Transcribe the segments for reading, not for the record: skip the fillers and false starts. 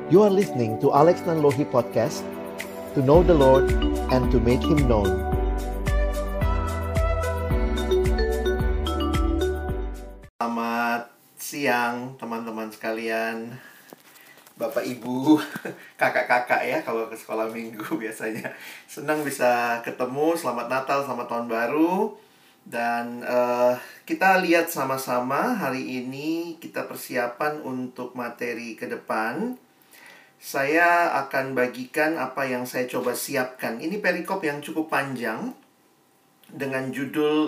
You are listening to Alex Nanlohi Podcast, to know the Lord and to make Him known. Selamat siang teman-teman sekalian, Bapak Ibu, kakak-kakak ya kalau ke sekolah minggu biasanya. Senang bisa ketemu, selamat Natal, selamat Tahun Baru. Dan kita lihat sama-sama hari ini kita persiapan untuk materi ke depan. Saya akan bagikan apa yang saya coba siapkan. Ini perikop yang cukup panjang dengan judul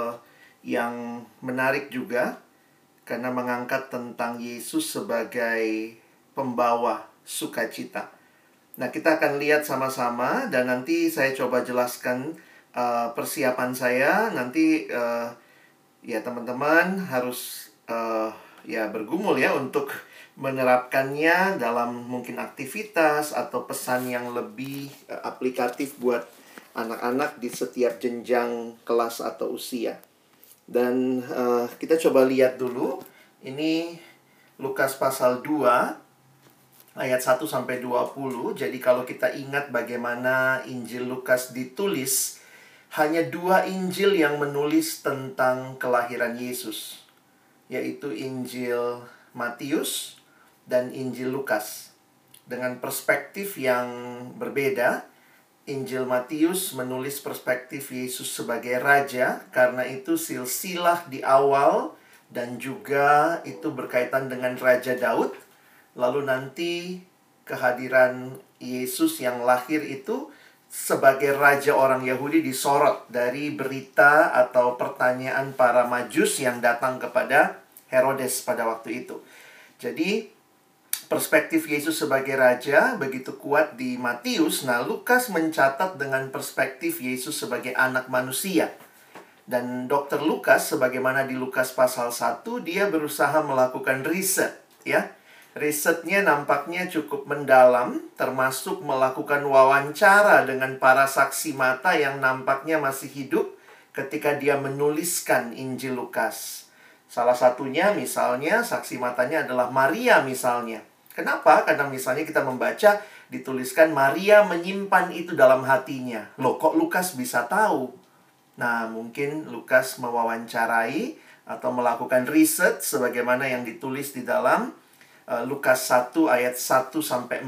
yang menarik juga, karena mengangkat tentang Yesus sebagai pembawa sukacita. Nah, kita akan lihat sama-sama dan nanti saya coba jelaskan persiapan saya. Nanti ya teman-teman harus ya bergumul ya untuk menerapkannya dalam mungkin aktivitas atau pesan yang lebih aplikatif buat anak-anak di setiap jenjang kelas atau usia. Dan kita coba lihat dulu. Ini Lukas pasal 2 ayat 1-20. Jadi kalau kita ingat bagaimana Injil Lukas ditulis, hanya 2 Injil yang menulis tentang kelahiran Yesus, yaitu Injil Matius dan Injil Lukas. Dengan perspektif yang berbeda, Injil Matius menulis perspektif Yesus sebagai raja, karena itu silsilah di awal dan juga itu berkaitan dengan Raja Daud. Lalu nanti kehadiran Yesus yang lahir itu sebagai raja orang Yahudi disorot dari berita atau pertanyaan para Majus yang datang kepada Herodes pada waktu itu. Jadi perspektif Yesus sebagai raja begitu kuat di Matius. Nah, Lukas mencatat dengan perspektif Yesus sebagai anak manusia. Dan Dr. Lukas, sebagaimana di Lukas pasal 1, dia berusaha melakukan riset, ya. Risetnya nampaknya cukup mendalam, termasuk melakukan wawancara dengan para saksi mata yang nampaknya masih hidup ketika dia menuliskan Injil Lukas. Salah satunya misalnya saksi matanya adalah Maria misalnya. Kenapa? Karena misalnya kita membaca dituliskan Maria menyimpan itu dalam hatinya. Loh, kok Lukas bisa tahu? Nah, mungkin Lukas mewawancarai atau melakukan riset sebagaimana yang ditulis di dalam Lukas 1 ayat 1-4.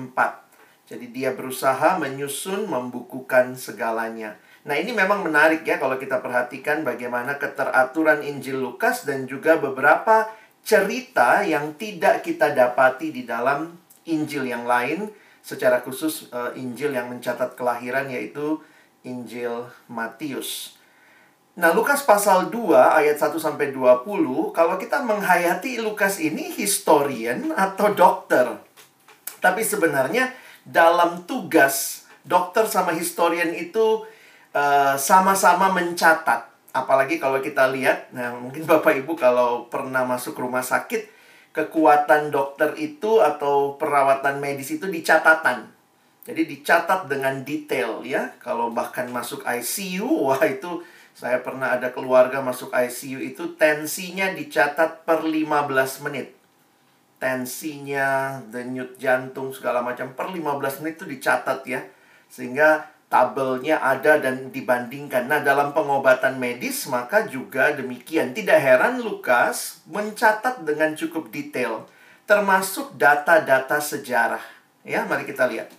Jadi dia berusaha menyusun, membukukan segalanya. Nah, ini memang menarik ya kalau kita perhatikan bagaimana keteraturan Injil Lukas dan juga beberapa cerita yang tidak kita dapati di dalam Injil yang lain, secara khusus Injil yang mencatat kelahiran, yaitu Injil Matius. Nah, Lukas pasal 2 ayat 1-20, kalau kita menghayati Lukas ini historian atau dokter. Tapi sebenarnya dalam tugas, dokter sama historian itu sama-sama mencatat. Apalagi kalau kita lihat, nah mungkin Bapak Ibu kalau pernah masuk rumah sakit, kekuatan dokter itu atau perawatan medis itu di catatan. Jadi dicatat dengan detail ya. Kalau bahkan masuk ICU, wah itu saya pernah ada keluarga masuk ICU itu tensinya dicatat per 15 menit. Tensinya, denyut jantung segala macam per 15 menit itu dicatat ya. Sehingga tabelnya ada dan dibandingkan. Nah, dalam pengobatan medis maka juga demikian. Tidak heran Lukas mencatat dengan cukup detail, termasuk data-data sejarah. Ya, mari kita lihat.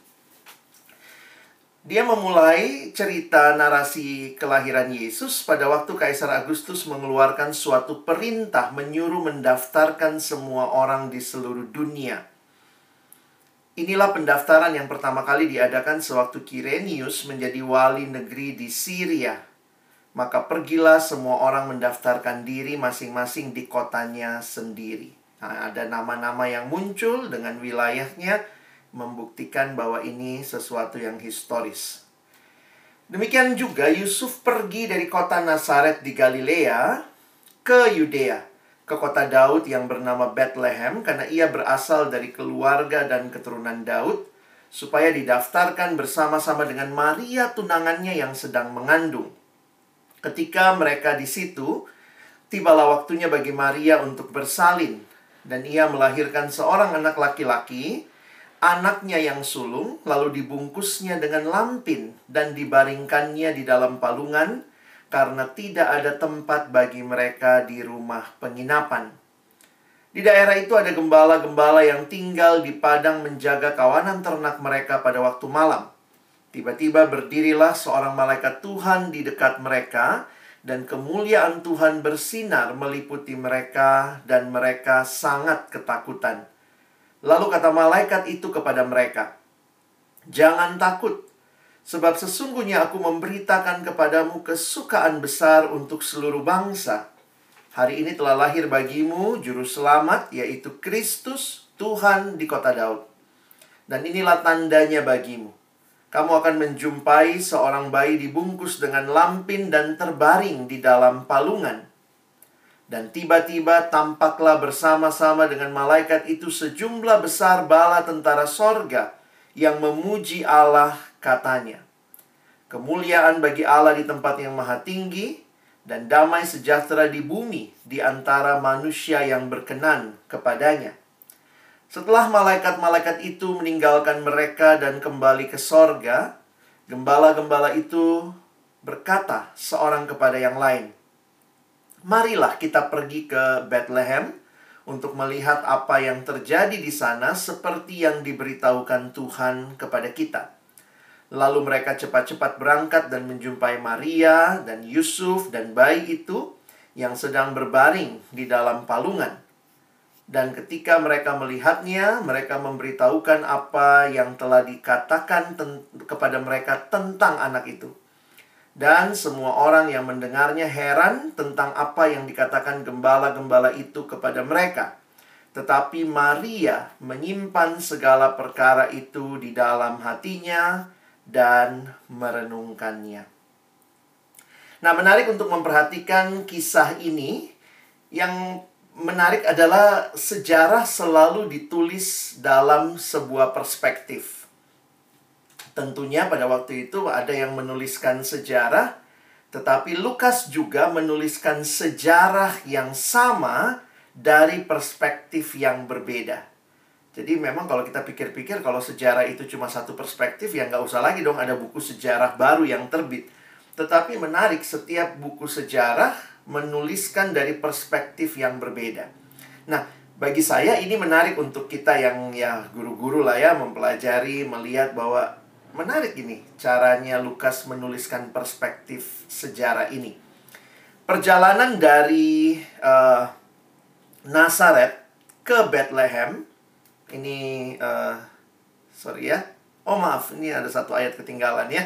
Dia memulai cerita narasi kelahiran Yesus pada waktu Kaisar Agustus mengeluarkan suatu perintah menyuruh mendaftarkan semua orang di seluruh dunia. Inilah pendaftaran yang pertama kali diadakan sewaktu Kirenius menjadi wali negeri di Syria. Maka pergilah semua orang mendaftarkan diri masing-masing di kotanya sendiri. Nah, ada nama-nama yang muncul dengan wilayahnya, membuktikan bahwa ini sesuatu yang historis. Demikian juga Yusuf pergi dari kota Nazaret di Galilea ke Yudea, ke kota Daud yang bernama Bethlehem, karena ia berasal dari keluarga dan keturunan Daud, supaya didaftarkan bersama-sama dengan Maria tunangannya yang sedang mengandung. Ketika mereka di situ, tibalah waktunya bagi Maria untuk bersalin, dan ia melahirkan seorang anak laki-laki. anaknya yang sulung, lalu dibungkusnya dengan lampin dan dibaringkannya di dalam palungan, karena tidak ada tempat bagi mereka di rumah penginapan. Di daerah itu ada gembala-gembala yang tinggal di padang menjaga kawanan ternak mereka pada waktu malam. Tiba-tiba berdirilah seorang malaikat Tuhan di dekat mereka, dan kemuliaan Tuhan bersinar meliputi mereka, dan mereka sangat ketakutan. Lalu kata malaikat itu kepada mereka, "Jangan takut, sebab sesungguhnya aku memberitakan kepadamu kesukaan besar untuk seluruh bangsa. Hari ini telah lahir bagimu Juru Selamat, yaitu Kristus, Tuhan di kota Daud. Dan inilah tandanya bagimu. Kamu akan menjumpai seorang bayi dibungkus dengan lampin dan terbaring di dalam palungan. Dan tiba-tiba tampaklah bersama-sama dengan malaikat itu sejumlah besar bala tentara sorga yang memuji Allah, katanya, 'Kemuliaan bagi Allah di tempat yang maha tinggi, dan damai sejahtera di bumi di antara manusia yang berkenan kepadanya.' Setelah malaikat-malaikat itu meninggalkan mereka dan kembali ke sorga, gembala-gembala itu berkata seorang kepada yang lain, 'Marilah kita pergi ke Bethlehem untuk melihat apa yang terjadi di sana seperti yang diberitahukan Tuhan kepada kita.' Lalu mereka cepat-cepat berangkat dan menjumpai Maria dan Yusuf dan bayi itu yang sedang berbaring di dalam palungan. Dan ketika mereka melihatnya, mereka memberitahukan apa yang telah dikatakan kepada mereka tentang anak itu. Dan semua orang yang mendengarnya heran tentang apa yang dikatakan gembala-gembala itu kepada mereka. Tetapi Maria menyimpan segala perkara itu di dalam hatinya dan merenungkannya. Nah, menarik untuk memperhatikan kisah ini. Yang menarik adalah sejarah selalu ditulis dalam sebuah perspektif. Tentunya pada waktu itu ada yang menuliskan sejarah, tetapi Lukas juga menuliskan sejarah yang sama dari perspektif yang berbeda. Jadi memang kalau kita pikir-pikir, kalau sejarah itu cuma satu perspektif, ya nggak usah lagi dong ada buku sejarah baru yang terbit. Tetapi menarik, setiap buku sejarah menuliskan dari perspektif yang berbeda. Nah, bagi saya ini menarik untuk kita yang ya guru-guru lah ya, mempelajari, melihat bahwa menarik ini caranya Lukas menuliskan perspektif sejarah ini. Perjalanan dari Nazaret ke Bethlehem, ini, sorry ya. Oh maaf, ini ada satu ayat ketinggalan ya.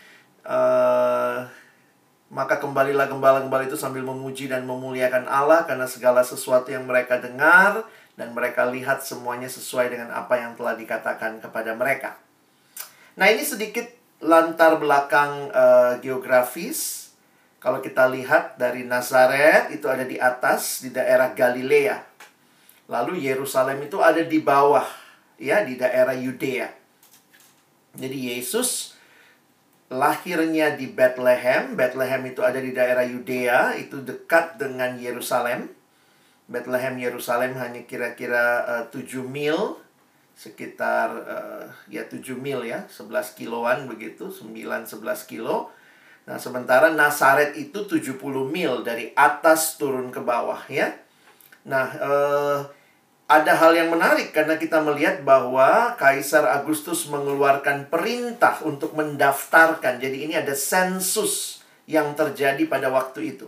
Maka kembalilah gembala-gembala itu sambil memuji dan memuliakan Allah karena segala sesuatu yang mereka dengar dan mereka lihat semuanya sesuai dengan apa yang telah dikatakan kepada mereka. Nah, ini sedikit latar belakang geografis. Kalau kita lihat dari Nazaret itu ada di atas di daerah Galilea. Lalu Yerusalem itu ada di bawah, ya, di daerah Yudea. Jadi Yesus lahirnya di Bethlehem. Bethlehem itu ada di daerah Yudea, itu dekat dengan Yerusalem. Bethlehem Yerusalem hanya kira-kira 7 mil, sekitar 7 mil ya, 11 kiloan begitu, 9-11 kilo. Nah, sementara Nazaret itu 70 mil dari atas turun ke bawah ya. Nah, ada hal yang menarik karena kita melihat bahwa Kaisar Agustus mengeluarkan perintah untuk mendaftarkan. Jadi ini ada sensus yang terjadi pada waktu itu.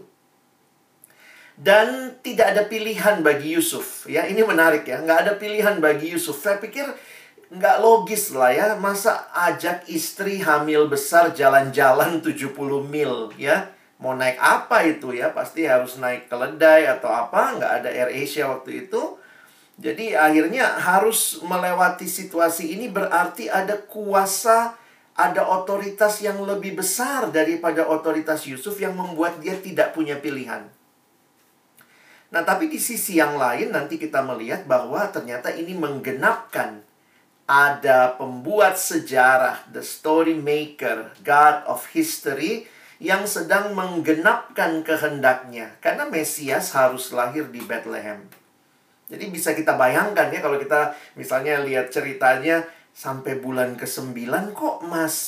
Dan tidak ada pilihan bagi Yusuf. Ya, ini menarik ya. Nggak ada pilihan bagi Yusuf. Saya pikir nggak logis lah ya. Masa ajak istri hamil besar jalan-jalan 70 mil ya. Mau naik apa itu ya? Pasti harus naik keledai atau apa. Nggak ada AirAsia waktu itu. Jadi akhirnya harus melewati situasi ini, berarti ada kuasa, ada otoritas yang lebih besar daripada otoritas Yusuf yang membuat dia tidak punya pilihan. Nah, tapi di sisi yang lain nanti kita melihat bahwa ternyata ini menggenapkan. Ada pembuat sejarah, the story maker, God of history, yang sedang menggenapkan kehendaknya. Karena Mesias harus lahir di Bethlehem. Jadi bisa kita bayangkan ya, kalau kita misalnya lihat ceritanya, sampai bulan ke-9 kok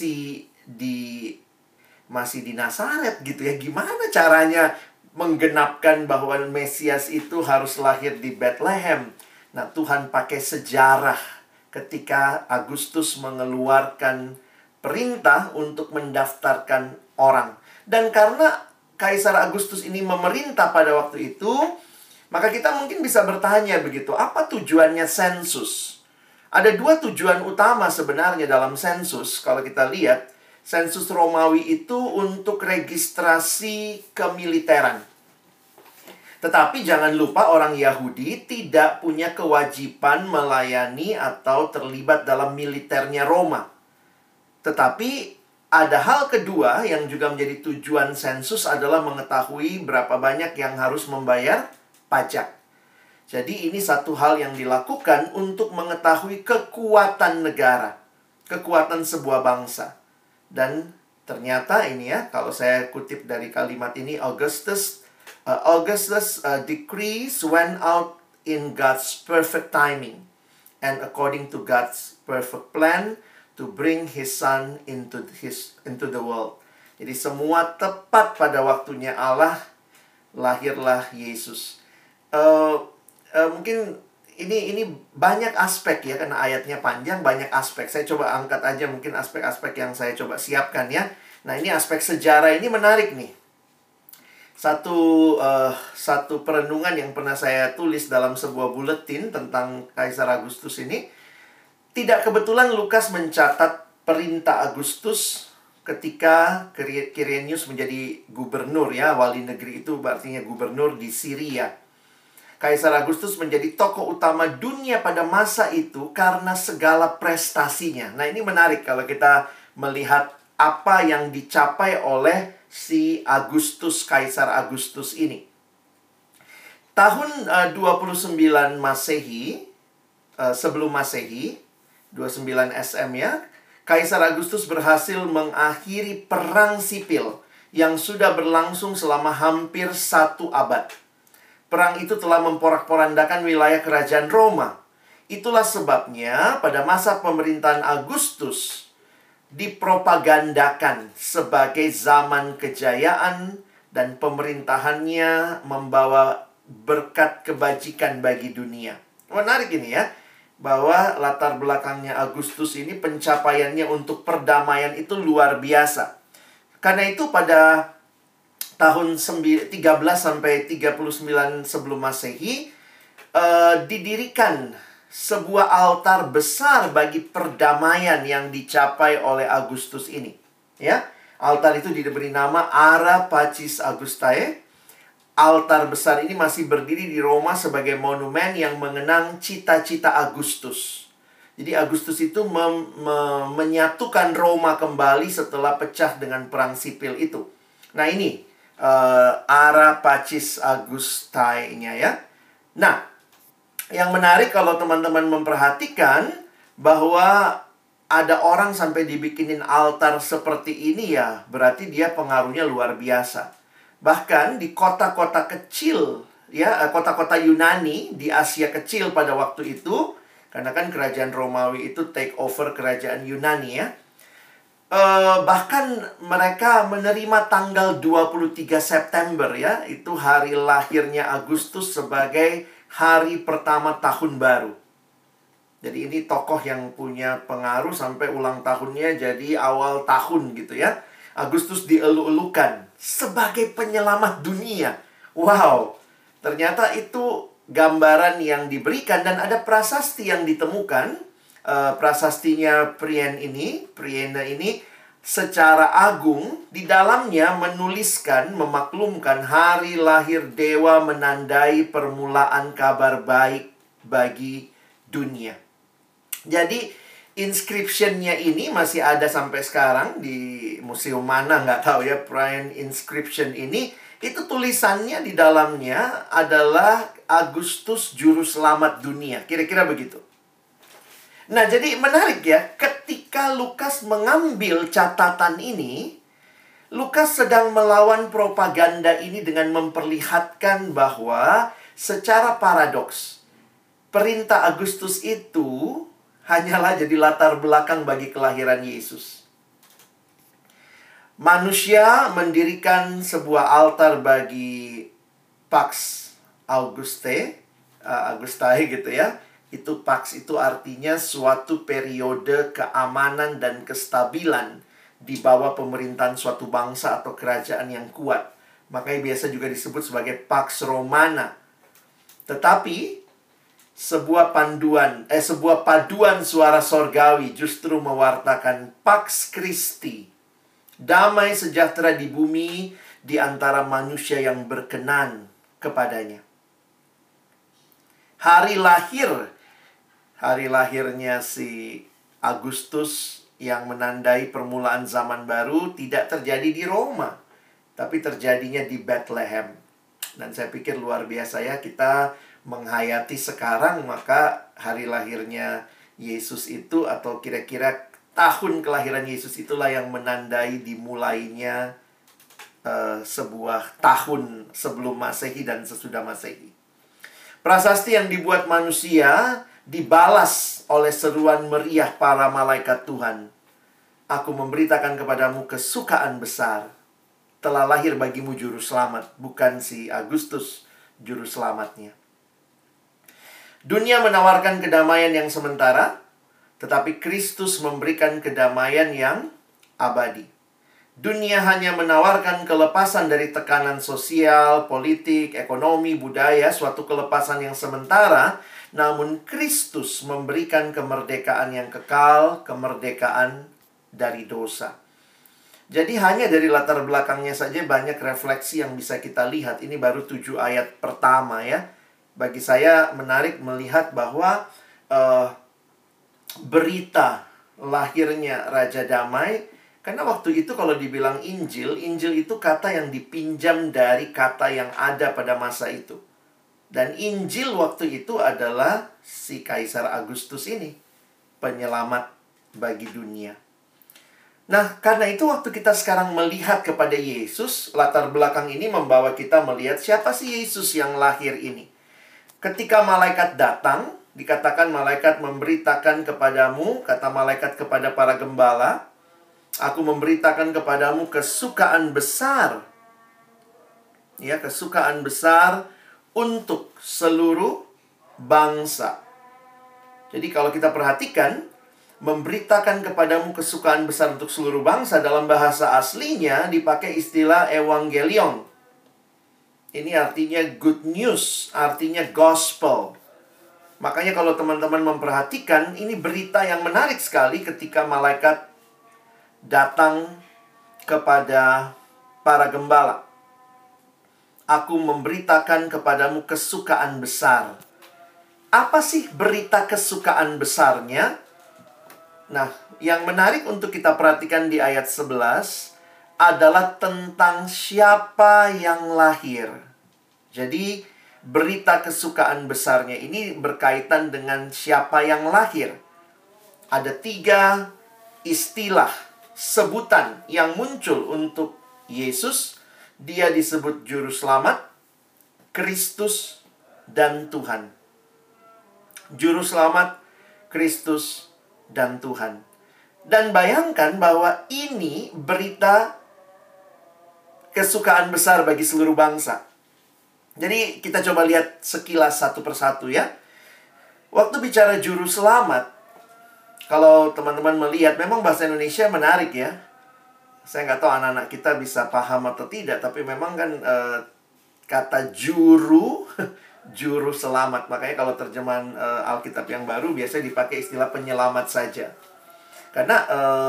masih di Nazaret gitu ya. Gimana caranya menggenapkan bahwa Mesias itu harus lahir di Bethlehem? Nah, Tuhan pakai sejarah ketika Agustus mengeluarkan perintah untuk mendaftarkan orang. Dan karena Kaisar Agustus ini memerintah pada waktu itu, maka kita mungkin bisa bertanya begitu, apa tujuannya sensus? Ada dua tujuan utama sebenarnya dalam sensus. Kalau kita lihat, sensus Romawi itu untuk registrasi kemiliteran. Tetapi jangan lupa orang Yahudi tidak punya kewajiban melayani atau terlibat dalam militernya Roma. Tetapi ada hal kedua yang juga menjadi tujuan sensus adalah mengetahui berapa banyak yang harus membayar pajak. Jadi ini satu hal yang dilakukan untuk mengetahui kekuatan negara, kekuatan sebuah bangsa. Dan ternyata ini ya, kalau saya kutip dari kalimat ini, Augustus' decrees went out in God's perfect timing and according to God's perfect plan to bring His Son into the world. Jadi semua tepat pada waktunya Allah, lahirlah Yesus. Mungkin ini banyak aspek ya, karena ayatnya panjang, banyak aspek. Saya coba angkat aja mungkin aspek-aspek yang saya coba siapkan ya. Nah, ini aspek sejarah ini menarik nih. Satu perenungan yang pernah saya tulis dalam sebuah buletin tentang Kaisar Agustus ini. Tidak kebetulan Lukas mencatat perintah Agustus ketika Quirinius menjadi gubernur ya. Wali negeri itu artinya gubernur di Syria. Kaisar Agustus menjadi tokoh utama dunia pada masa itu karena segala prestasinya. Nah, ini menarik kalau kita melihat apa yang dicapai oleh si Kaisar Agustus ini. Tahun 29 Masehi, sebelum Masehi, 29 SM ya, Kaisar Agustus berhasil mengakhiri perang sipil yang sudah berlangsung selama hampir 1 abad. Perang itu telah memporak-porandakan wilayah kerajaan Roma. Itulah sebabnya pada masa pemerintahan Agustus dipropagandakan sebagai zaman kejayaan dan pemerintahannya membawa berkat kebajikan bagi dunia. Menarik ini ya, bahwa latar belakangnya Agustus ini pencapaiannya untuk perdamaian itu luar biasa. Karena itu pada tahun 13 sampai 39 sebelum Masehi didirikan sebuah altar besar bagi perdamaian yang dicapai oleh Agustus ini. Ya, altar itu diberi nama Ara Pacis Augustae. Altar besar ini masih berdiri di Roma sebagai monumen yang mengenang cita-cita Agustus. Jadi Agustus itu menyatukan Roma kembali setelah pecah dengan perang sipil itu. Nah, ini Ara Pacis Augustae-nya ya. Nah, yang menarik kalau teman-teman memperhatikan bahwa ada orang sampai dibikinin altar seperti ini ya, berarti dia pengaruhnya luar biasa. Bahkan di kota-kota kecil ya, kota-kota Yunani di Asia kecil pada waktu itu, karena kan kerajaan Romawi itu take over kerajaan Yunani ya. Bahkan mereka menerima tanggal 23 September ya, itu hari lahirnya Agustus sebagai hari pertama tahun baru. Jadi ini tokoh yang punya pengaruh sampai ulang tahunnya jadi awal tahun gitu ya. Agustus dielu-elukan sebagai penyelamat dunia. Wow, ternyata itu gambaran yang diberikan dan ada prasasti yang ditemukan. Prasastinya Priene ini secara agung di dalamnya menuliskan, memaklumkan hari lahir dewa menandai permulaan kabar baik bagi dunia. Jadi inscription-nya ini masih ada sampai sekarang di museum mana nggak tahu ya. Priene inscription ini, itu tulisannya di dalamnya adalah Agustus juru selamat dunia, kira-kira begitu. Nah, jadi menarik ya, ketika Lukas mengambil catatan ini, Lukas sedang melawan propaganda ini dengan memperlihatkan bahwa secara paradoks, perintah Agustus itu hanyalah jadi latar belakang bagi kelahiran Yesus. Manusia mendirikan sebuah altar bagi Pax Augustae gitu ya. Itu Pax itu artinya suatu periode keamanan dan kestabilan di bawah pemerintahan suatu bangsa atau kerajaan yang kuat. Makanya biasa juga disebut sebagai Pax Romana. Tetapi sebuah paduan suara sorgawi justru mewartakan Pax Christi, damai sejahtera di bumi di antara manusia yang berkenan kepadanya. Hari lahirnya si Agustus yang menandai permulaan zaman baru tidak terjadi di Roma, tapi terjadinya di Bethlehem. Dan saya pikir luar biasa ya, kita menghayati sekarang, maka hari lahirnya Yesus itu, atau kira-kira tahun kelahiran Yesus itulah yang menandai dimulainya sebuah tahun sebelum Masehi dan sesudah Masehi. Prasasti yang dibuat manusia dibalas oleh seruan meriah para malaikat Tuhan. Aku memberitakan kepadamu kesukaan besar. Telah lahir bagimu juru selamat. Bukan si Agustus juru selamatnya. Dunia menawarkan kedamaian yang sementara, tetapi Kristus memberikan kedamaian yang abadi. Dunia hanya menawarkan kelepasan dari tekanan sosial, politik, ekonomi, budaya, suatu kelepasan yang sementara. Namun Kristus memberikan kemerdekaan yang kekal, kemerdekaan dari dosa. Jadi hanya dari latar belakangnya saja banyak refleksi yang bisa kita lihat. Ini baru 7 ayat pertama ya. Bagi saya menarik melihat bahwa berita lahirnya Raja Damai, karena waktu itu kalau dibilang Injil, Injil itu kata yang dipinjam dari kata yang ada pada masa itu. Dan Injil waktu itu adalah si Kaisar Agustus ini, penyelamat bagi dunia. Nah, karena itu waktu kita sekarang melihat kepada Yesus, latar belakang ini membawa kita melihat siapa sih Yesus yang lahir ini. Ketika malaikat datang, dikatakan malaikat memberitakan kepadamu, kata malaikat kepada para gembala, aku memberitakan kepadamu kesukaan besar. Ya, kesukaan besar untuk seluruh bangsa. Jadi kalau kita perhatikan, memberitakan kepadamu kesukaan besar untuk seluruh bangsa, dalam bahasa aslinya dipakai istilah evangelion. Ini artinya good news, artinya gospel. Makanya kalau teman-teman memperhatikan, ini berita yang menarik sekali ketika malaikat datang kepada para gembala. Aku memberitakan kepadamu kesukaan besar. Apa sih berita kesukaan besarnya? Nah, yang menarik untuk kita perhatikan di ayat 11 adalah tentang siapa yang lahir. Jadi, berita kesukaan besarnya ini berkaitan dengan siapa yang lahir. Ada 3 istilah, sebutan yang muncul untuk Yesus. Dia disebut Juru Selamat, Kristus, dan Tuhan. Juru Selamat, Kristus, dan Tuhan. Dan bayangkan bahwa ini berita kesukaan besar bagi seluruh bangsa. Jadi kita coba lihat sekilas satu persatu ya. Waktu bicara Juru Selamat, kalau teman-teman melihat, memang bahasa Indonesia menarik ya. Saya nggak tahu anak-anak kita bisa paham atau tidak, tapi memang kan kata juru, juru selamat. Makanya kalau terjemahan Alkitab yang baru biasanya dipakai istilah penyelamat saja. Karena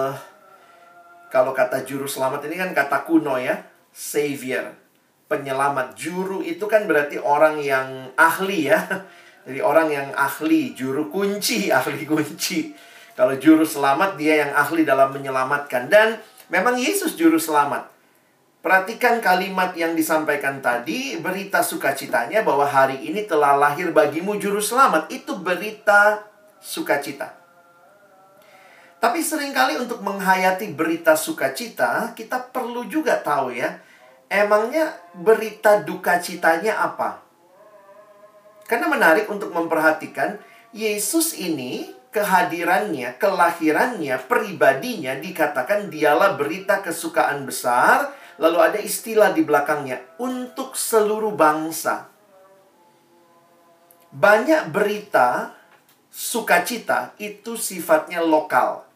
kalau kata juru selamat ini kan kata kuno ya, savior, penyelamat. Juru itu kan berarti orang yang ahli ya. Jadi orang yang ahli, juru kunci, ahli kunci. Kalau juru selamat, dia yang ahli dalam menyelamatkan. Dan memang Yesus juru selamat. Perhatikan kalimat yang disampaikan tadi, berita sukacitanya bahwa hari ini telah lahir bagimu juru selamat. Itu berita sukacita. Tapi seringkali untuk menghayati berita sukacita, kita perlu juga tahu ya, emangnya berita duka citanya apa? Karena menarik untuk memperhatikan, Yesus ini kehadirannya, kelahirannya, pribadinya dikatakan dialah berita kesukaan besar. Lalu ada istilah di belakangnya, untuk seluruh bangsa. Banyak berita sukacita itu sifatnya lokal.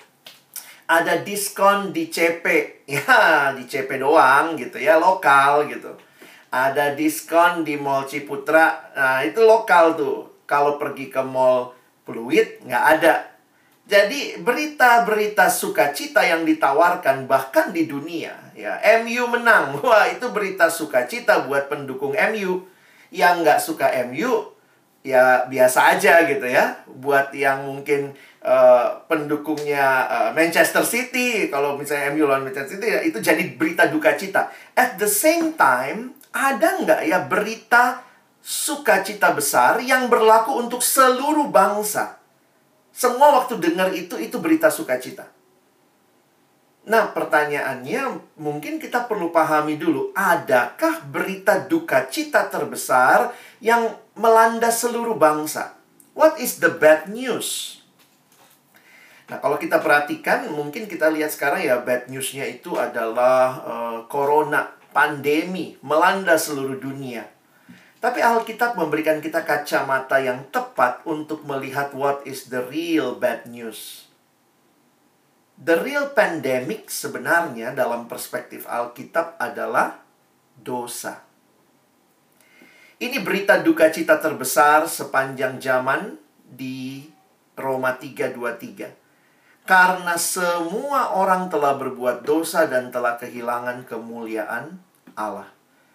Ada diskon di CP. Ya, di CP doang gitu ya, lokal gitu. Ada diskon di Mall Ciputra. Nah, itu lokal tuh. Kalau pergi ke Mall Pluit, nggak ada. Jadi, berita-berita sukacita yang ditawarkan bahkan di dunia. Ya, MU menang. Wah, itu berita sukacita buat pendukung MU. Yang nggak suka MU, ya biasa aja gitu ya. Buat yang mungkin pendukungnya Manchester City, kalau misalnya MU lawan Manchester City, ya, itu jadi berita duka cita. At the same time, ada nggak ya berita sukacita besar yang berlaku untuk seluruh bangsa? Semua waktu dengar itu berita sukacita. Nah, pertanyaannya mungkin kita perlu pahami dulu, adakah berita duka cita terbesar yang melanda seluruh bangsa? What is the bad news? Nah, kalau kita perhatikan, mungkin kita lihat sekarang ya, bad news-nya itu adalah corona, pandemi, melanda seluruh dunia. Tapi Alkitab memberikan kita kacamata yang tepat untuk melihat what is the real bad news. The real pandemic sebenarnya dalam perspektif Alkitab adalah dosa. Ini berita duka cita terbesar sepanjang zaman di Roma 3:23. Karena semua orang telah berbuat dosa dan telah kehilangan kemuliaan Allah.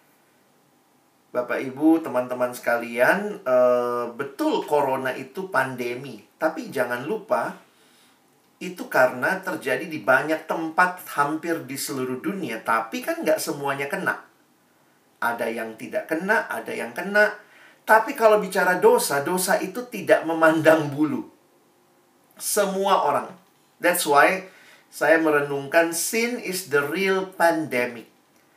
Bapak, Ibu, teman-teman sekalian, betul corona itu pandemi. Tapi jangan lupa, itu karena terjadi di banyak tempat hampir di seluruh dunia. Tapi kan nggak semuanya kena. Ada yang tidak kena, ada yang kena. Tapi kalau bicara dosa, dosa itu tidak memandang bulu. Semua orang. That's why saya merenungkan sin is the real pandemic.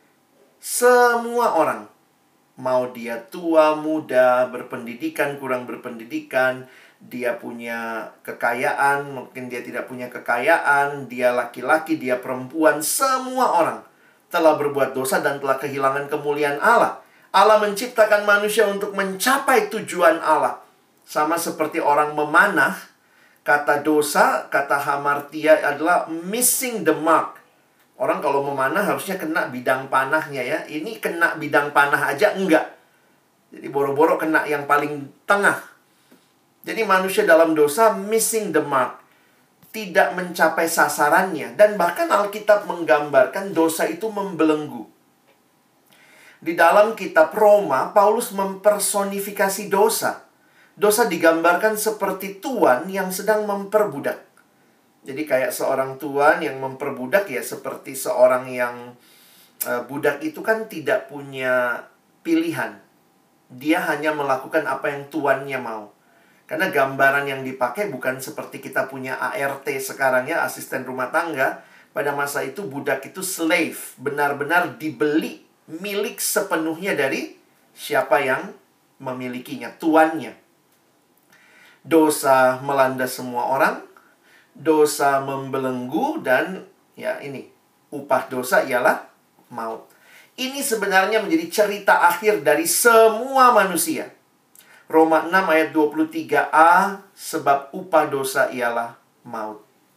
Semua orang. Mau dia tua, muda, berpendidikan, kurang berpendidikan, dia punya kekayaan, mungkin dia tidak punya kekayaan, dia laki-laki, dia perempuan, semua orang telah berbuat dosa dan telah kehilangan kemuliaan Allah. Allah menciptakan manusia untuk mencapai tujuan Allah. Sama seperti orang memanah, kata dosa, kata hamartia adalah missing the mark. Orang kalau memanah harusnya kena bidang panahnya ya. Ini kena bidang panah aja enggak. Jadi boro-boro kena yang paling tengah. Jadi manusia dalam dosa missing the mark. Tidak mencapai sasarannya. Dan bahkan Alkitab menggambarkan dosa itu membelenggu. Di dalam kitab Roma, Paulus mempersonifikasi dosa. Dosa digambarkan seperti tuan yang sedang memperbudak. Jadi kayak seorang tuan yang memperbudak ya, seperti seorang yang budak itu kan tidak punya pilihan. Dia hanya melakukan apa yang tuannya mau. Karena gambaran yang dipakai bukan seperti kita punya ART sekarang ya, asisten rumah tangga. Pada masa itu budak itu slave, benar-benar dibeli, milik sepenuhnya dari siapa yang memilikinya, tuannya. Dosa melanda semua orang, dosa membelenggu, dan ya ini, upah dosa ialah maut. Ini sebenarnya menjadi cerita akhir dari semua manusia. Roma 6 ayat 23a, sebab upah dosa ialah maut.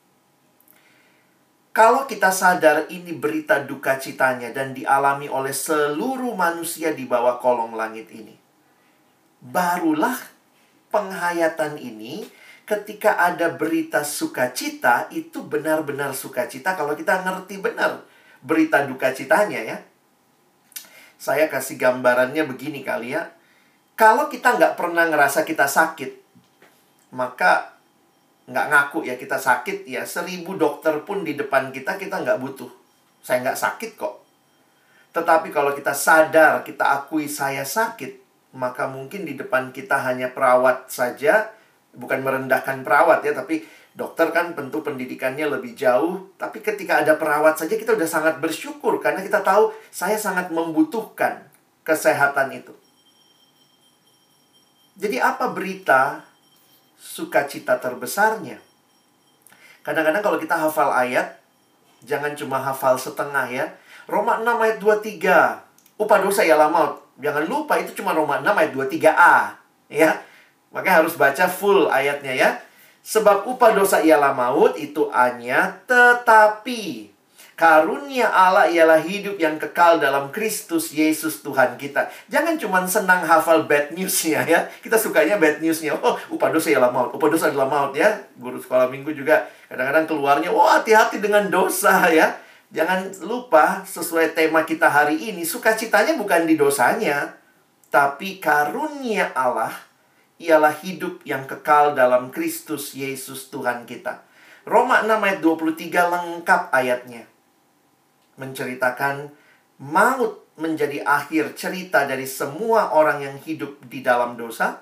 Kalau kita sadar ini berita duka citanya dan dialami oleh seluruh manusia di bawah kolong langit ini, barulah penghayatan ini ketika ada berita sukacita itu benar-benar sukacita kalau kita ngerti benar berita duka citanya ya. Saya kasih gambarannya begini kali ya. Kalau kita nggak pernah ngerasa kita sakit, maka nggak ngaku ya kita sakit ya, 1000 dokter pun di depan kita nggak butuh. Saya nggak sakit kok. Tetapi kalau kita sadar, kita akui saya sakit, maka mungkin di depan kita hanya perawat saja. Bukan merendahkan perawat ya, tapi dokter kan tentu pendidikannya lebih jauh. Tapi ketika ada perawat saja kita udah sangat bersyukur, karena kita tahu saya sangat membutuhkan kesehatan itu. Jadi apa berita sukacita terbesarnya. Kadang-kadang kalau kita hafal ayat, jangan cuma hafal setengah ya. Roma 6 ayat 23. Upah dosa ialah maut. Jangan lupa itu cuma Roma 6 ayat 23a. Ya. Makanya harus baca full ayatnya ya. Sebab upah dosa ialah maut, itu hanya tetapi karunia Allah ialah hidup yang kekal dalam Kristus Yesus Tuhan kita. Jangan cuma senang hafal bad news-nya ya. Kita sukanya bad news-nya. Oh, upah dosa ialah maut. Upah dosa adalah maut ya. Guru sekolah minggu juga kadang-kadang keluarnya, hati-hati dengan dosa ya. Jangan lupa sesuai tema kita hari ini, sukacitanya bukan di dosanya, tapi karunia Allah ialah hidup yang kekal dalam Kristus Yesus Tuhan kita. Roma 6 ayat 23 lengkap ayatnya. Menceritakan maut menjadi akhir cerita dari semua orang yang hidup di dalam dosa.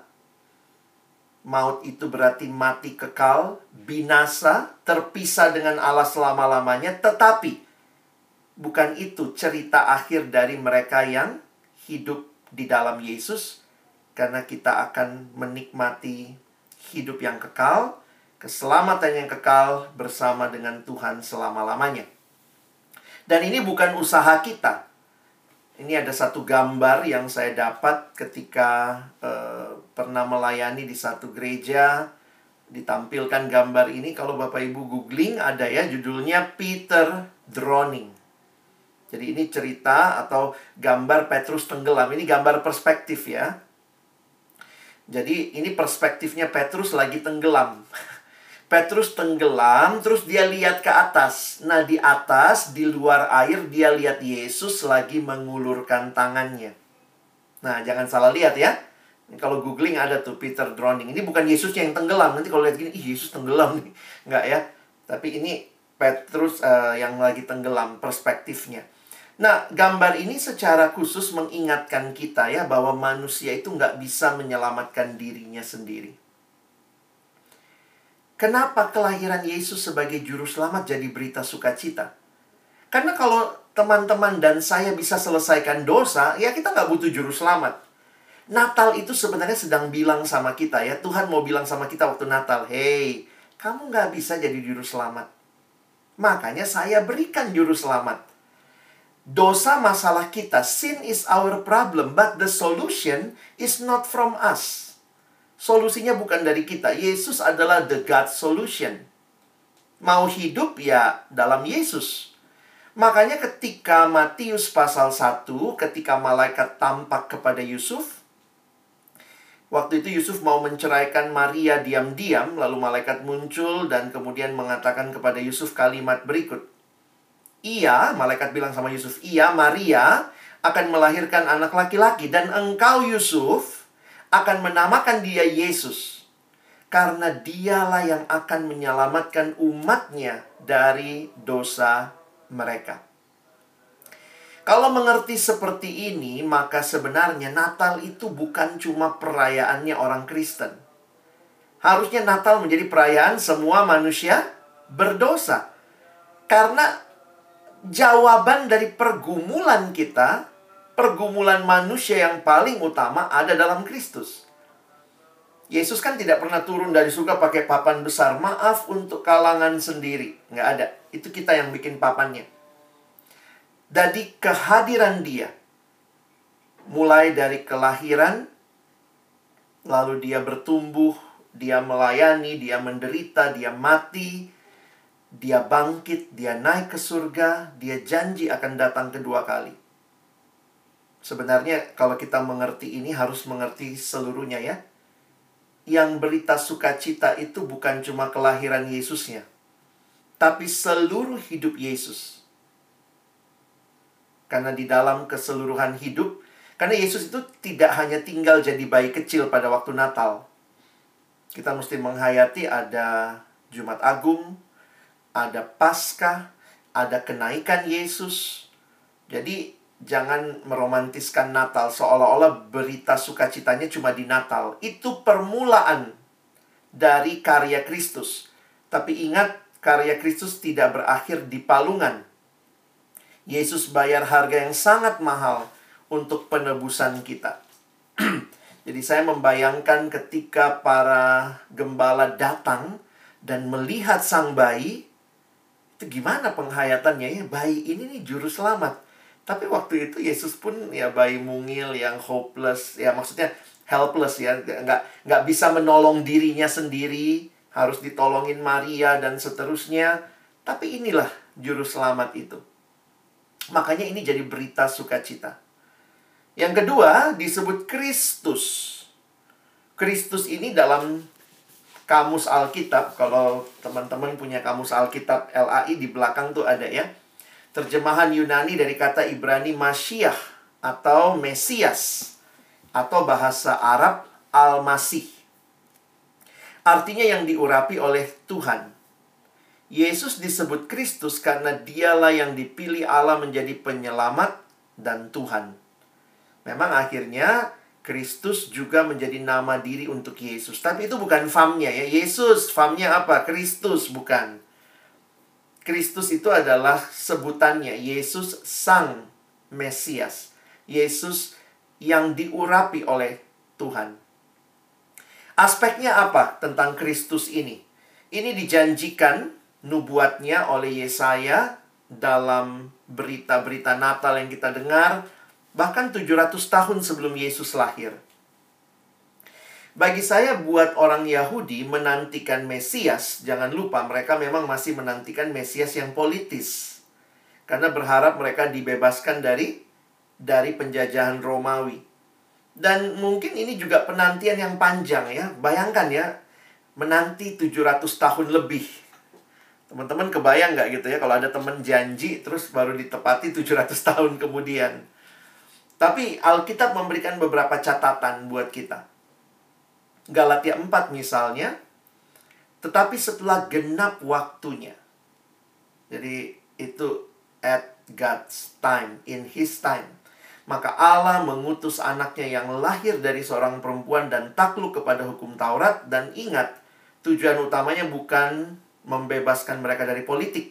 Maut itu berarti mati kekal, binasa, terpisah dengan Allah selama-lamanya. Tetapi bukan itu cerita akhir dari mereka yang hidup di dalam Yesus. Karena kita akan menikmati hidup yang kekal, keselamatan yang kekal bersama dengan Tuhan selama-lamanya. Dan ini bukan usaha kita. Ini ada satu gambar yang saya dapat ketika pernah melayani di satu gereja. Ditampilkan gambar ini, kalau Bapak Ibu googling ada ya, judulnya Peter Drowning. Jadi ini cerita atau gambar Petrus tenggelam. Ini gambar perspektif ya. Jadi ini perspektifnya Petrus lagi tenggelam. Petrus tenggelam, terus dia lihat ke atas. Nah, di atas, di luar air, dia lihat Yesus lagi mengulurkan tangannya. Nah, jangan salah lihat ya. Kalau googling ada tuh Peter Drowning. Ini bukan Yesusnya yang tenggelam. Nanti kalau lihat gini, Yesus tenggelam nih. Enggak ya. Tapi ini Petrus yang lagi tenggelam, perspektifnya. Nah, gambar ini secara khusus mengingatkan kita ya, bahwa manusia itu nggak bisa menyelamatkan dirinya sendiri. Kenapa kelahiran Yesus sebagai juru selamat jadi berita sukacita? Karena kalau teman-teman dan saya bisa selesaikan dosa, ya kita nggak butuh juru selamat. Natal itu sebenarnya sedang bilang sama kita ya, Tuhan mau bilang sama kita waktu Natal, hey, kamu nggak bisa jadi juru selamat. Makanya saya berikan juru selamat. Dosa masalah kita, sin is our problem, but the solution is not from us. Solusinya bukan dari kita. Yesus adalah the God solution. Mau hidup ya dalam Yesus. Makanya ketika Matius pasal 1, ketika malaikat tampak kepada Yusuf, waktu itu Yusuf mau menceraikan Maria diam-diam, lalu malaikat muncul dan kemudian mengatakan kepada Yusuf kalimat berikut. Iya, malaikat bilang sama Yusuf, iya, Maria akan melahirkan anak laki-laki dan engkau Yusuf akan menamakan dia Yesus. Karena dialah yang akan menyelamatkan umatnya dari dosa mereka. Kalau mengerti seperti ini, maka sebenarnya Natal itu bukan cuma perayaannya orang Kristen. Harusnya Natal menjadi perayaan semua manusia berdosa. Karena jawaban dari pergumulan kita, pergumulan manusia yang paling utama ada dalam Kristus. Yesus kan tidak pernah turun dari surga pakai papan besar. Maaf untuk kalangan sendiri. Nggak ada. Itu kita yang bikin papannya. Jadi kehadiran dia, mulai dari kelahiran, lalu dia bertumbuh, dia melayani, dia menderita, dia mati, dia bangkit, dia naik ke surga, dia janji akan datang kedua kali. Sebenarnya kalau kita mengerti ini harus mengerti seluruhnya ya. Yang berita sukacita itu bukan cuma kelahiran Yesusnya, tapi seluruh hidup Yesus. Karena di dalam keseluruhan hidup, karena Yesus itu tidak hanya tinggal jadi bayi kecil pada waktu Natal. Kita mesti menghayati ada Jumat Agung, ada Paskah, ada kenaikan Yesus. Jadi jangan meromantiskan Natal seolah-olah berita sukacitanya cuma di Natal. Itu permulaan dari karya Kristus. Tapi ingat, karya Kristus tidak berakhir di palungan. Yesus bayar harga yang sangat mahal untuk penebusan kita. Jadi saya membayangkan ketika para gembala datang dan melihat sang bayi, itu gimana penghayatannya ya, bayi ini nih juru selamat. Tapi waktu itu Yesus pun ya bayi mungil yang hopeless, ya maksudnya helpless ya, nggak bisa menolong dirinya sendiri, harus ditolongin Maria dan seterusnya. Tapi inilah juru selamat itu. Makanya ini jadi berita sukacita. Yang kedua disebut Kristus. Kristus ini dalam kamus Alkitab, kalau teman-teman punya kamus Alkitab LAI di belakang tuh ada ya. Terjemahan Yunani dari kata Ibrani Mashiach atau Mesias, atau bahasa Arab Al-Masih. Artinya yang diurapi oleh Tuhan. Yesus disebut Kristus karena dialah yang dipilih Allah menjadi penyelamat dan Tuhan. Memang akhirnya Kristus juga menjadi nama diri untuk Yesus. Tapi itu bukan famnya ya. Yesus, famnya apa? Kristus, bukan. Kristus itu adalah sebutannya. Yesus Sang Mesias. Yesus yang diurapi oleh Tuhan. Aspeknya apa tentang Kristus ini? Ini dijanjikan nubuatnya oleh Yesaya dalam berita-berita Natal yang kita dengar, bahkan 700 tahun sebelum Yesus lahir. Bagi saya, buat orang Yahudi menantikan Mesias, jangan lupa mereka memang masih menantikan Mesias yang politis. Karena berharap mereka dibebaskan dari penjajahan Romawi. Dan mungkin ini juga penantian yang panjang ya. Bayangkan ya, menanti 700 tahun lebih. Teman-teman kebayang nggak gitu ya, kalau ada teman janji terus baru ditepati 700 tahun kemudian. Tapi Alkitab memberikan beberapa catatan buat kita. Galatia 4 misalnya, tetapi setelah genap waktunya. Jadi itu at God's time, in His time. Maka Allah mengutus anaknya yang lahir dari seorang perempuan dan takluk kepada hukum Taurat. Dan ingat, tujuan utamanya bukan membebaskan mereka dari politik.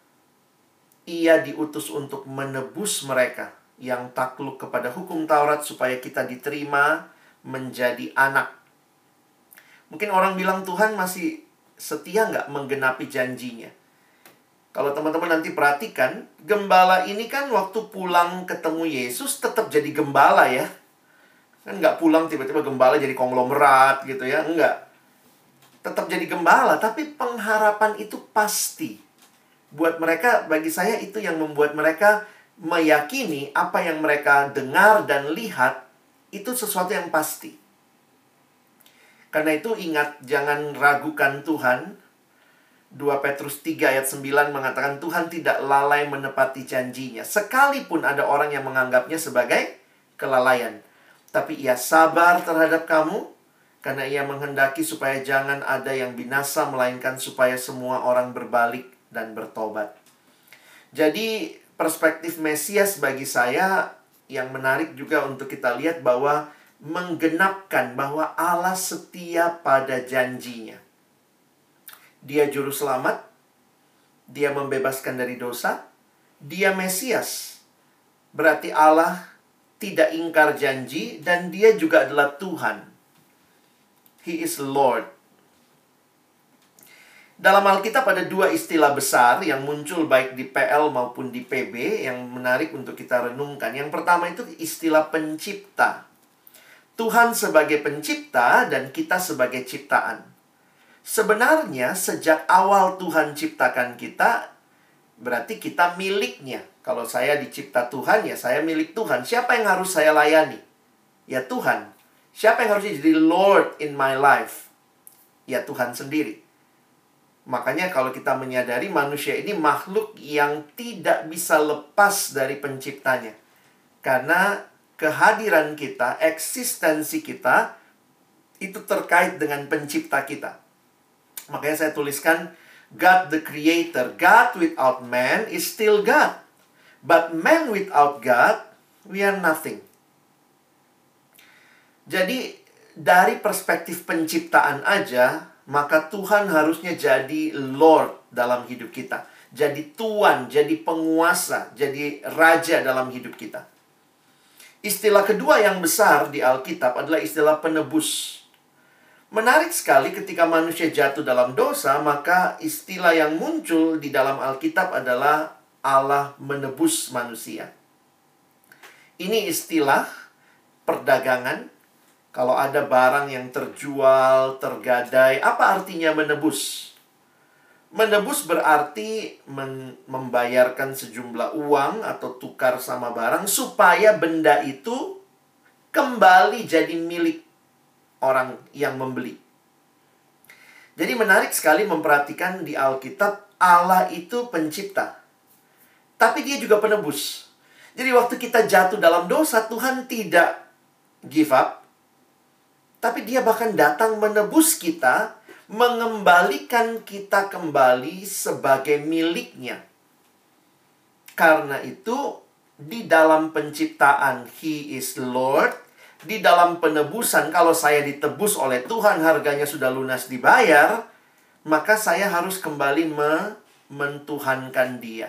Ia diutus untuk menebus mereka yang takluk kepada hukum Taurat supaya kita diterima menjadi anak. Mungkin orang bilang Tuhan masih setia nggak menggenapi janjinya. Kalau teman-teman nanti perhatikan, gembala ini kan waktu pulang ketemu Yesus tetap jadi gembala ya. Kan nggak pulang tiba-tiba gembala jadi konglomerat gitu ya, enggak. Tetap jadi gembala, tapi pengharapan itu pasti. Buat mereka, bagi saya itu yang membuat mereka meyakini apa yang mereka dengar dan lihat itu sesuatu yang pasti. Karena itu ingat, jangan ragukan Tuhan. 2 Petrus 3 ayat 9 mengatakan Tuhan tidak lalai menepati janjinya. Sekalipun ada orang yang menganggapnya sebagai kelalaian. Tapi ia sabar terhadap kamu, karena ia menghendaki supaya jangan ada yang binasa, melainkan supaya semua orang berbalik dan bertobat. Jadi perspektif Mesias bagi saya yang menarik juga untuk kita lihat bahwa menggenapkan bahwa Allah setia pada janjinya. Dia juru selamat, dia membebaskan dari dosa, dia Mesias. Berarti Allah tidak ingkar janji dan dia juga adalah Tuhan. He is Lord. Dalam Alkitab ada dua istilah besar yang muncul baik di PL maupun di PB yang menarik untuk kita renungkan. Yang pertama itu istilah pencipta. Tuhan sebagai pencipta dan kita sebagai ciptaan. Sebenarnya sejak awal Tuhan ciptakan kita, berarti kita miliknya. Kalau saya dicipta Tuhan, ya saya milik Tuhan. Siapa yang harus saya layani? Ya Tuhan. Siapa yang harusnya jadi Lord in my life? Ya Tuhan sendiri. Makanya kalau kita menyadari manusia ini makhluk yang tidak bisa lepas dari penciptanya. Karena kehadiran kita, eksistensi kita, itu terkait dengan pencipta kita. Makanya saya tuliskan, God the Creator. God without man is still God. But man without God, we are nothing. Jadi, dari perspektif penciptaan aja, maka Tuhan harusnya jadi Lord dalam hidup kita. Jadi Tuan, jadi penguasa, jadi Raja dalam hidup kita. Istilah kedua yang besar di Alkitab adalah istilah penebus. Menarik sekali ketika manusia jatuh dalam dosa, maka istilah yang muncul di dalam Alkitab adalah Allah menebus manusia. Ini istilah perdagangan. Kalau ada barang yang terjual, tergadai, apa artinya menebus? Menebus berarti membayarkan sejumlah uang atau tukar sama barang supaya benda itu kembali jadi milik orang yang membeli. Jadi menarik sekali memperhatikan di Alkitab, Allah itu pencipta. Tapi dia juga penebus. Jadi waktu kita jatuh dalam dosa, Tuhan tidak give up. Tapi dia bahkan datang menebus kita, mengembalikan kita kembali sebagai miliknya. Karena itu, di dalam penciptaan, He is Lord. Di dalam penebusan, kalau saya ditebus oleh Tuhan, harganya sudah lunas dibayar, maka saya harus kembali mentuhankan dia.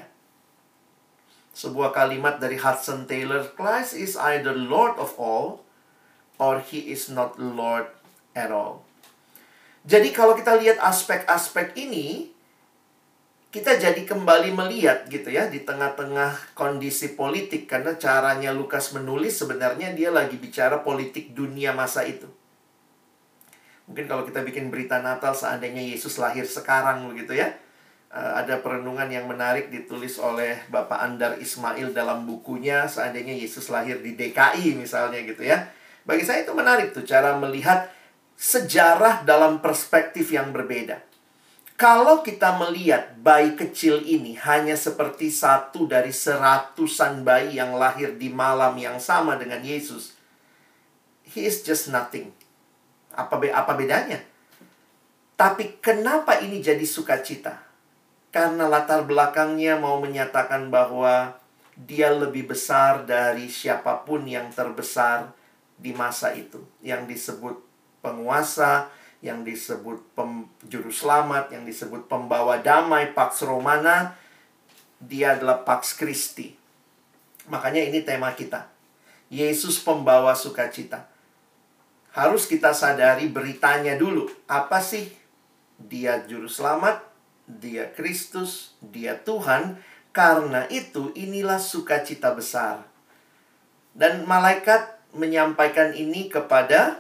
Sebuah kalimat dari Hudson Taylor, Christ is either Lord of all, or He is not Lord at all. Jadi kalau kita lihat aspek-aspek ini, kita jadi kembali melihat gitu ya, di tengah-tengah kondisi politik. Karena caranya Lukas menulis sebenarnya dia lagi bicara politik dunia masa itu. Mungkin kalau kita bikin berita Natal seandainya Yesus lahir sekarang begitu ya. Ada perenungan yang menarik ditulis oleh Bapak Andar Ismail dalam bukunya, seandainya Yesus lahir di DKI misalnya gitu ya. Bagi saya itu menarik tuh cara melihat sejarah dalam perspektif yang berbeda. Kalau kita melihat bayi kecil ini hanya seperti satu dari seratusan bayi yang lahir di malam yang sama dengan Yesus, he is just nothing. Apa bedanya? Tapi kenapa ini jadi sukacita? Karena latar belakangnya mau menyatakan bahwa dia lebih besar dari siapapun yang terbesar di masa itu, yang disebut penguasa, yang disebut juru selamat, yang disebut pembawa damai, Pax Romana. Dia adalah Pax Christi. Makanya ini tema kita, Yesus pembawa sukacita. Harus kita sadari beritanya dulu. Apa sih? Dia juru selamat, dia Kristus, dia Tuhan. Karena itu inilah sukacita besar. Dan malaikat menyampaikan ini kepada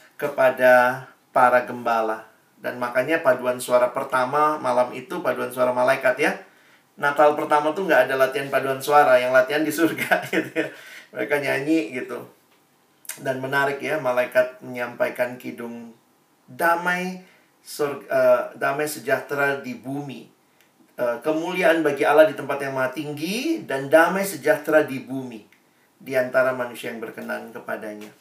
para gembala. Dan makanya paduan suara pertama malam itu paduan suara malaikat ya. Natal pertama tuh nggak ada latihan paduan suara, yang latihan di surga gitu ya. Mereka nyanyi gitu. Dan menarik ya, malaikat menyampaikan kidung damai sejahtera di bumi. Kemuliaan bagi Allah di tempat yang maha tinggi, dan damai sejahtera di bumi di antara manusia yang berkenan kepadanya.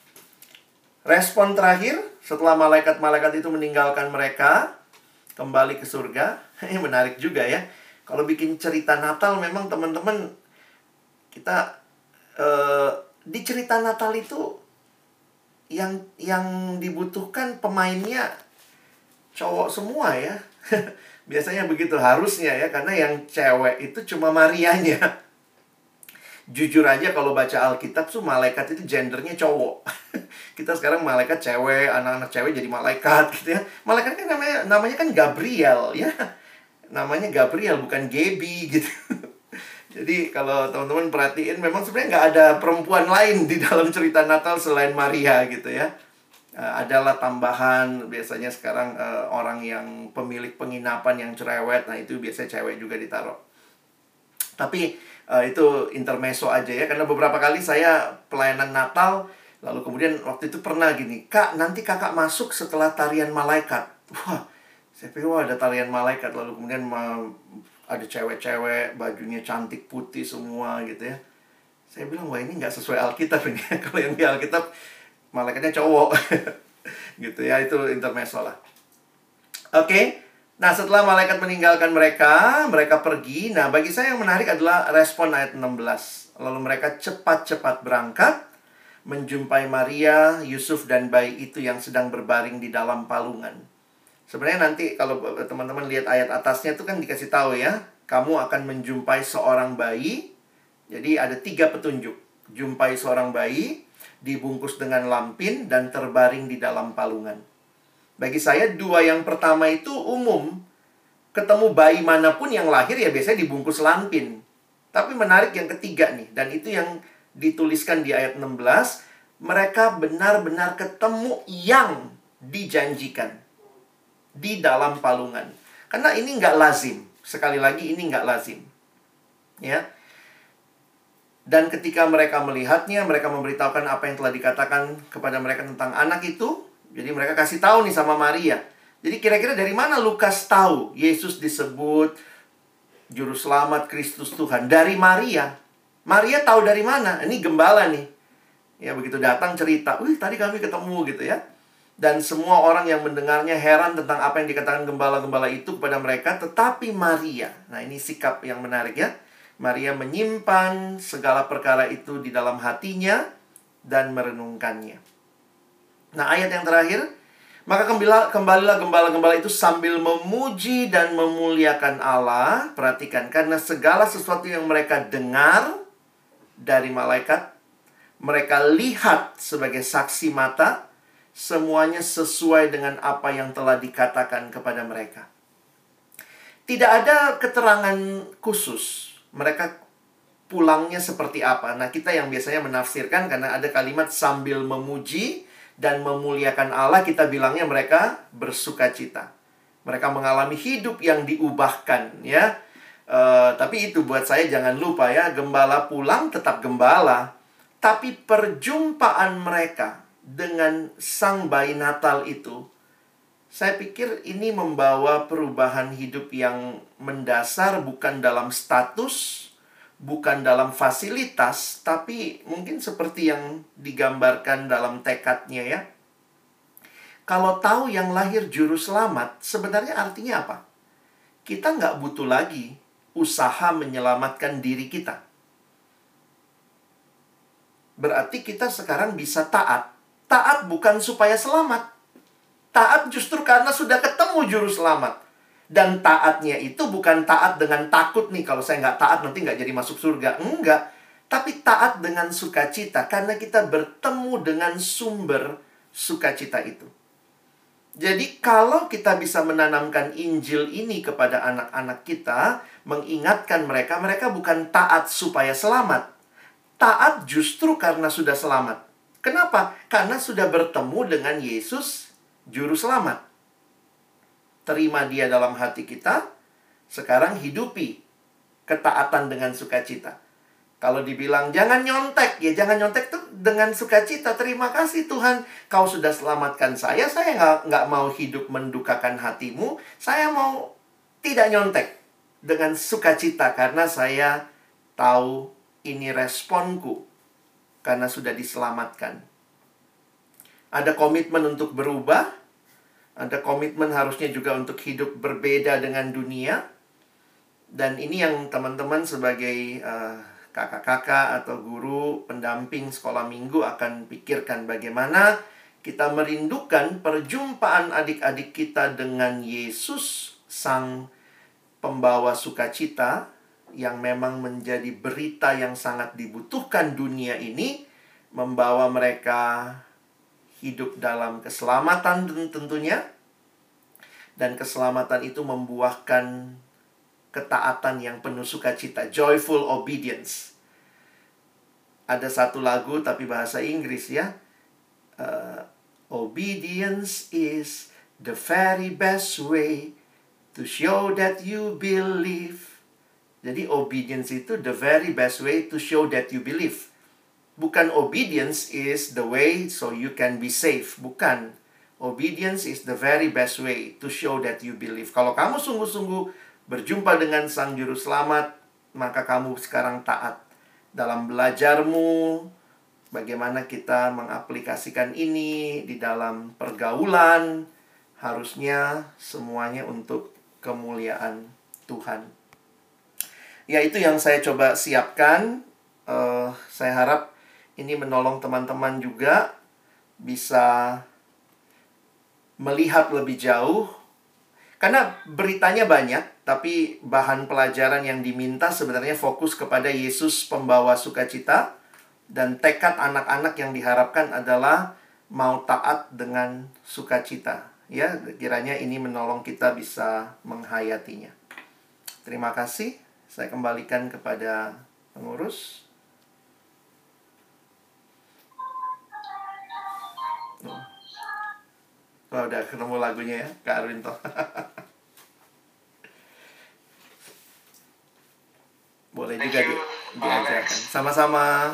Respon terakhir, setelah malaikat-malaikat itu meninggalkan mereka, kembali ke surga. Ini menarik juga ya. Kalau bikin cerita Natal, memang teman-teman, kita di cerita Natal itu yang dibutuhkan pemainnya cowok semua ya. Biasanya begitu, harusnya ya. Karena yang cewek itu cuma Marianya. Jujur aja kalau baca Alkitab tuh malaikat itu gendernya cowok. Kita sekarang malaikat cewek, anak-anak cewek jadi malaikat gitu ya. Malaikat kan namanya kan Gabriel ya. Namanya Gabriel bukan Gaby gitu. Jadi kalau teman-teman perhatiin, memang sebenarnya nggak ada perempuan lain di dalam cerita Natal selain Maria gitu ya. Adalah tambahan biasanya sekarang orang yang pemilik penginapan yang cerewet. Nah itu biasanya cewek juga ditaruh. Tapi itu intermezzo aja ya. Karena beberapa kali saya pelayanan Natal, lalu kemudian waktu itu pernah gini, Kak, nanti kakak masuk setelah tarian malaikat. Wah, saya pikir wah ada tarian malaikat. Lalu kemudian ada cewek-cewek, bajunya cantik putih semua gitu ya. Saya bilang, wah ini nggak sesuai Alkitab ini. Kalau yang di Alkitab, malaikatnya cowok. Gitu ya, itu intermezzo lah. Oke. Nah, setelah malaikat meninggalkan mereka pergi. Nah, bagi saya yang menarik adalah respon ayat 16. Lalu mereka cepat-cepat berangkat, menjumpai Maria, Yusuf, dan bayi itu yang sedang berbaring di dalam palungan. Sebenarnya nanti kalau teman-teman lihat ayat atasnya itu kan dikasih tahu ya, kamu akan menjumpai seorang bayi. Jadi ada 3 petunjuk. jumpai seorang bayi dibungkus dengan lampin dan terbaring di dalam palungan. Bagi saya, dua yang pertama itu umum. Ketemu bayi manapun yang lahir ya biasanya dibungkus lampin. Tapi menarik yang ketiga nih, dan itu yang dituliskan di ayat 16, mereka benar-benar ketemu yang dijanjikan di dalam palungan. Karena ini nggak lazim. Sekali lagi, ini nggak lazim. Ya. Dan ketika mereka melihatnya, mereka memberitahukan apa yang telah dikatakan kepada mereka tentang anak itu. Jadi mereka kasih tahu nih sama Maria. Jadi kira-kira dari mana Lukas tahu Yesus disebut Juru Selamat Kristus Tuhan? Dari Maria. Maria tahu dari mana? Ini gembala nih. Ya begitu datang cerita, wih tadi kami ketemu gitu ya. Dan semua orang yang mendengarnya heran tentang apa yang dikatakan gembala-gembala itu kepada mereka. Tetapi Maria, nah ini sikap yang menarik ya. Maria menyimpan segala perkara itu di dalam hatinya dan merenungkannya. Nah ayat yang terakhir, maka kembalilah gembala-gembala itu sambil memuji dan memuliakan Allah. Perhatikan, karena segala sesuatu yang mereka dengar dari malaikat, mereka lihat sebagai saksi mata, semuanya sesuai dengan apa yang telah dikatakan kepada mereka. Tidak ada keterangan khusus mereka pulangnya seperti apa. Nah, kita yang biasanya menafsirkan karena ada kalimat sambil memuji dan memuliakan Allah, kita bilangnya mereka bersukacita. Mereka mengalami hidup yang diubahkan, ya. Tapi itu buat saya jangan lupa ya, gembala pulang tetap gembala. Tapi perjumpaan mereka dengan sang bayi Natal itu, saya pikir ini membawa perubahan hidup yang mendasar, bukan dalam status, bukan dalam fasilitas, tapi mungkin seperti yang digambarkan dalam tekadnya ya. Kalau tahu yang lahir juru selamat, sebenarnya artinya apa? Kita nggak butuh lagi usaha menyelamatkan diri kita. Berarti kita sekarang bisa taat. Taat bukan supaya selamat. Taat justru karena sudah ketemu juru selamat. Dan taatnya itu bukan taat dengan takut nih, kalau saya nggak taat nanti nggak jadi masuk surga. Enggak. Tapi taat dengan sukacita, karena kita bertemu dengan sumber sukacita itu. Jadi kalau kita bisa menanamkan Injil ini kepada anak-anak kita, mengingatkan mereka, mereka bukan taat supaya selamat. Taat justru karena sudah selamat. Kenapa? Karena sudah bertemu dengan Yesus, Juru Selamat. Terima dia dalam hati kita, sekarang hidupi ketaatan dengan sukacita. Kalau dibilang jangan nyontek, ya jangan nyontek tuh dengan sukacita. Terima kasih Tuhan, kau sudah selamatkan saya nggak mau hidup mendukakan hatimu. Saya mau tidak nyontek dengan sukacita karena saya tahu ini responku karena sudah diselamatkan. Ada komitmen untuk berubah. Ada komitmen harusnya juga untuk hidup berbeda dengan dunia. Dan ini yang teman-teman sebagai kakak-kakak atau guru pendamping sekolah minggu akan pikirkan bagaimana kita merindukan perjumpaan adik-adik kita dengan Yesus, Sang Pembawa Sukacita, yang memang menjadi berita yang sangat dibutuhkan dunia ini, membawa mereka hidup dalam keselamatan tentunya. Dan keselamatan itu membuahkan ketaatan yang penuh sukacita, joyful obedience. Ada satu lagu tapi bahasa Inggris ya. Obedience is the very best way to show that you believe. Jadi obedience itu the very best way to show that you believe. Bukan obedience is the way so you can be safe. Bukan. Obedience is the very best way to show that you believe. Kalau kamu sungguh-sungguh berjumpa dengan Sang Juru Selamat, maka kamu sekarang taat dalam belajarmu. Bagaimana kita mengaplikasikan ini di dalam pergaulan. Harusnya semuanya untuk kemuliaan Tuhan. Ya, itu yang saya coba siapkan. Saya harap ini menolong teman-teman juga bisa melihat lebih jauh. Karena beritanya banyak, tapi bahan pelajaran yang diminta sebenarnya fokus kepada Yesus Pembawa Sukacita. Dan tekad anak-anak yang diharapkan adalah mau taat dengan sukacita. Ya, kiranya ini menolong kita bisa menghayatinya. Terima kasih. Saya kembalikan kepada pengurus. Oh, udah ketemu lagunya ya, Kak Arwinto. Boleh juga diajarkan. Sama-sama.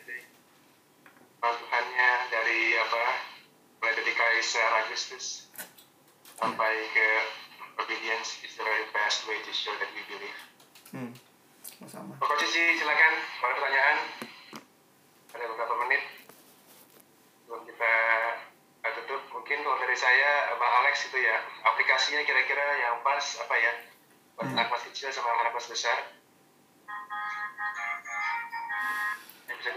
Tuhannya dari mulai dari Kaisar Augustus sampai ke obedience is the very best way to show that we believe. Sama-sama. Pak Cici, silakan kalau pertanyaan. Ada beberapa menit sebelum kita tutup. Mungkin kalau dari saya, Bang Alex itu ya, aplikasinya kira-kira yang pas apa ya buat anak kelas kecil sama anak kelas besar. Yang bisa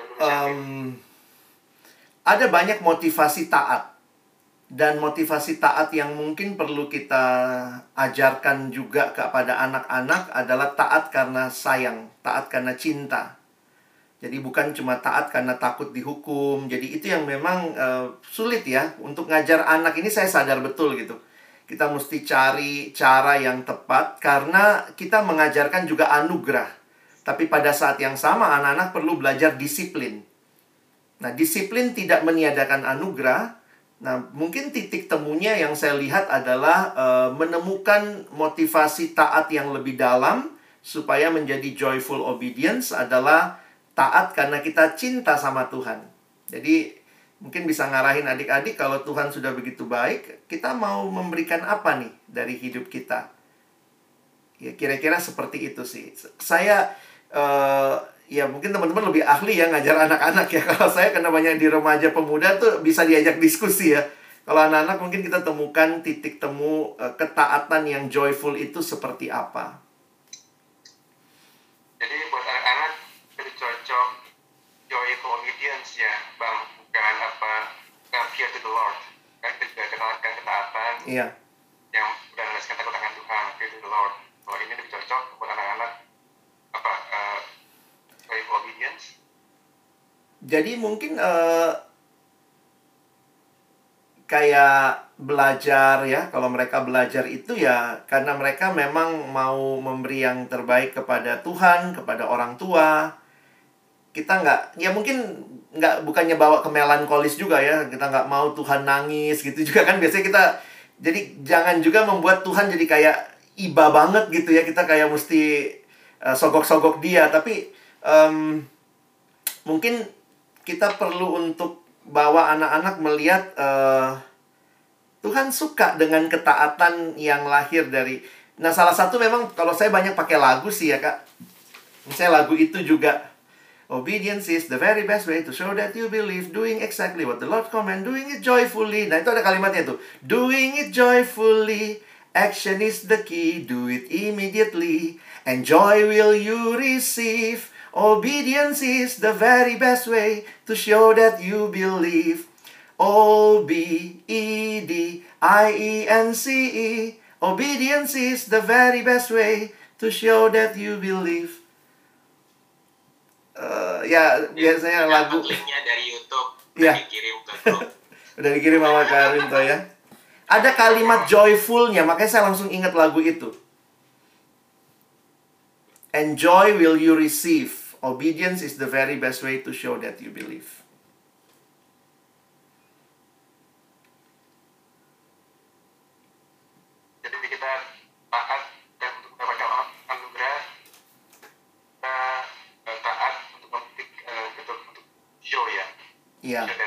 ada banyak motivasi taat. Dan motivasi taat yang mungkin perlu kita ajarkan juga kepada anak-anak adalah taat karena sayang, taat karena cinta. Jadi bukan cuma taat karena takut dihukum. Jadi itu yang memang sulit ya. Untuk ngajar anak ini saya sadar betul gitu. Kita mesti cari cara yang tepat karena kita mengajarkan juga anugerah. Tapi pada saat yang sama anak-anak perlu belajar disiplin. Nah, disiplin tidak meniadakan anugerah. Nah, mungkin titik temunya yang saya lihat adalah menemukan motivasi taat yang lebih dalam supaya menjadi joyful obedience adalah taat karena kita cinta sama Tuhan. Jadi, mungkin bisa ngarahin adik-adik kalau Tuhan sudah begitu baik, kita mau memberikan apa nih dari hidup kita? Ya, kira-kira seperti itu sih. Saya ya mungkin teman-teman lebih ahli ya ngajar anak-anak ya. Kalau saya karena banyak di remaja pemuda tuh bisa diajak diskusi ya. Kalau anak-anak mungkin kita temukan titik temu ketaatan yang joyful itu seperti apa. Jadi buat anak-anak itu cocok joyful obedience ya, Bang. Bukan fear to the Lord. Kan kita juga kenalkan ketaatan. Iya. Yang udah menuliskan takut akan Tuhan, fear to the Lord. Kalau ini lebih cocok buat anak-anak joyful obedience. Jadi mungkin kayak belajar ya. Kalau mereka belajar itu ya karena mereka memang mau memberi yang terbaik kepada Tuhan, kepada orang tua. Kita ya mungkin bukannya bawa ke melankolis juga ya. Kita nggak mau Tuhan nangis gitu juga kan. Biasanya kita, jadi jangan juga membuat Tuhan jadi kayak iba banget gitu ya. Kita kayak mesti sogok-sogok dia. Tapi mungkin kita perlu untuk bawa anak-anak melihat Tuhan suka dengan ketaatan yang lahir dari. Nah, salah satu memang kalau saya banyak pakai lagu sih ya, Kak. Misalnya lagu itu juga, obedience is the very best way to show that you believe, doing exactly what the Lord command, doing it joyfully. Nah, itu ada kalimatnya tuh. Doing it joyfully, action is the key, do it immediately, and joy will you receive. Obedience is the very best way to show that you believe. Obedience. Obedience is the very best way to show that you believe. Ya, biasanya lagu. Linknya dari YouTube ya. Dikirim ke grup. Udah dikirim sama Kak Arinto ya. Ada kalimat joyfulnya, makanya saya langsung ingat lagu itu. And joy will you receive. Obedience is the very best way to show that you believe. Jadi kita taat dan untuk mendapatkan anugerah, kita taat untuk memetik untuk show ya. Iya. Dan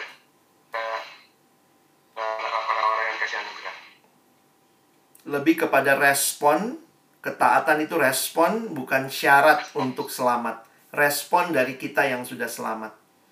orang-orang yang kasih anugerah. Lebih kepada respon. Ketaatan itu respon, bukan syarat untuk selamat. Respon dari kita yang sudah selamat.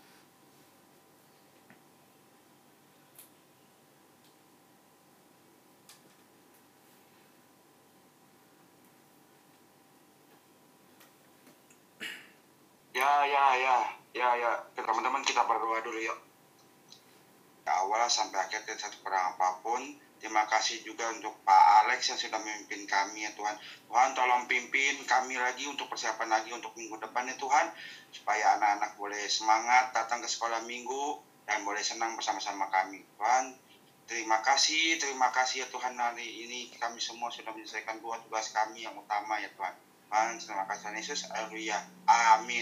Ya. Teman-teman kita berdoa dulu yuk. Awal sampai akhir dan satu perang apapun, di terima kasih juga untuk Pak Alex yang sudah memimpin kami ya Tuhan. Tuhan tolong pimpin kami lagi untuk persiapan lagi untuk minggu depan ya Tuhan. Supaya anak-anak boleh semangat datang ke sekolah minggu dan boleh senang bersama-sama kami. Tuhan, terima kasih ya Tuhan, hari ini kami semua sudah menyelesaikan 2 tugas kami yang utama ya Tuhan. Tuhan, terima kasih Tuhan Yesus. Haleluya. Amin.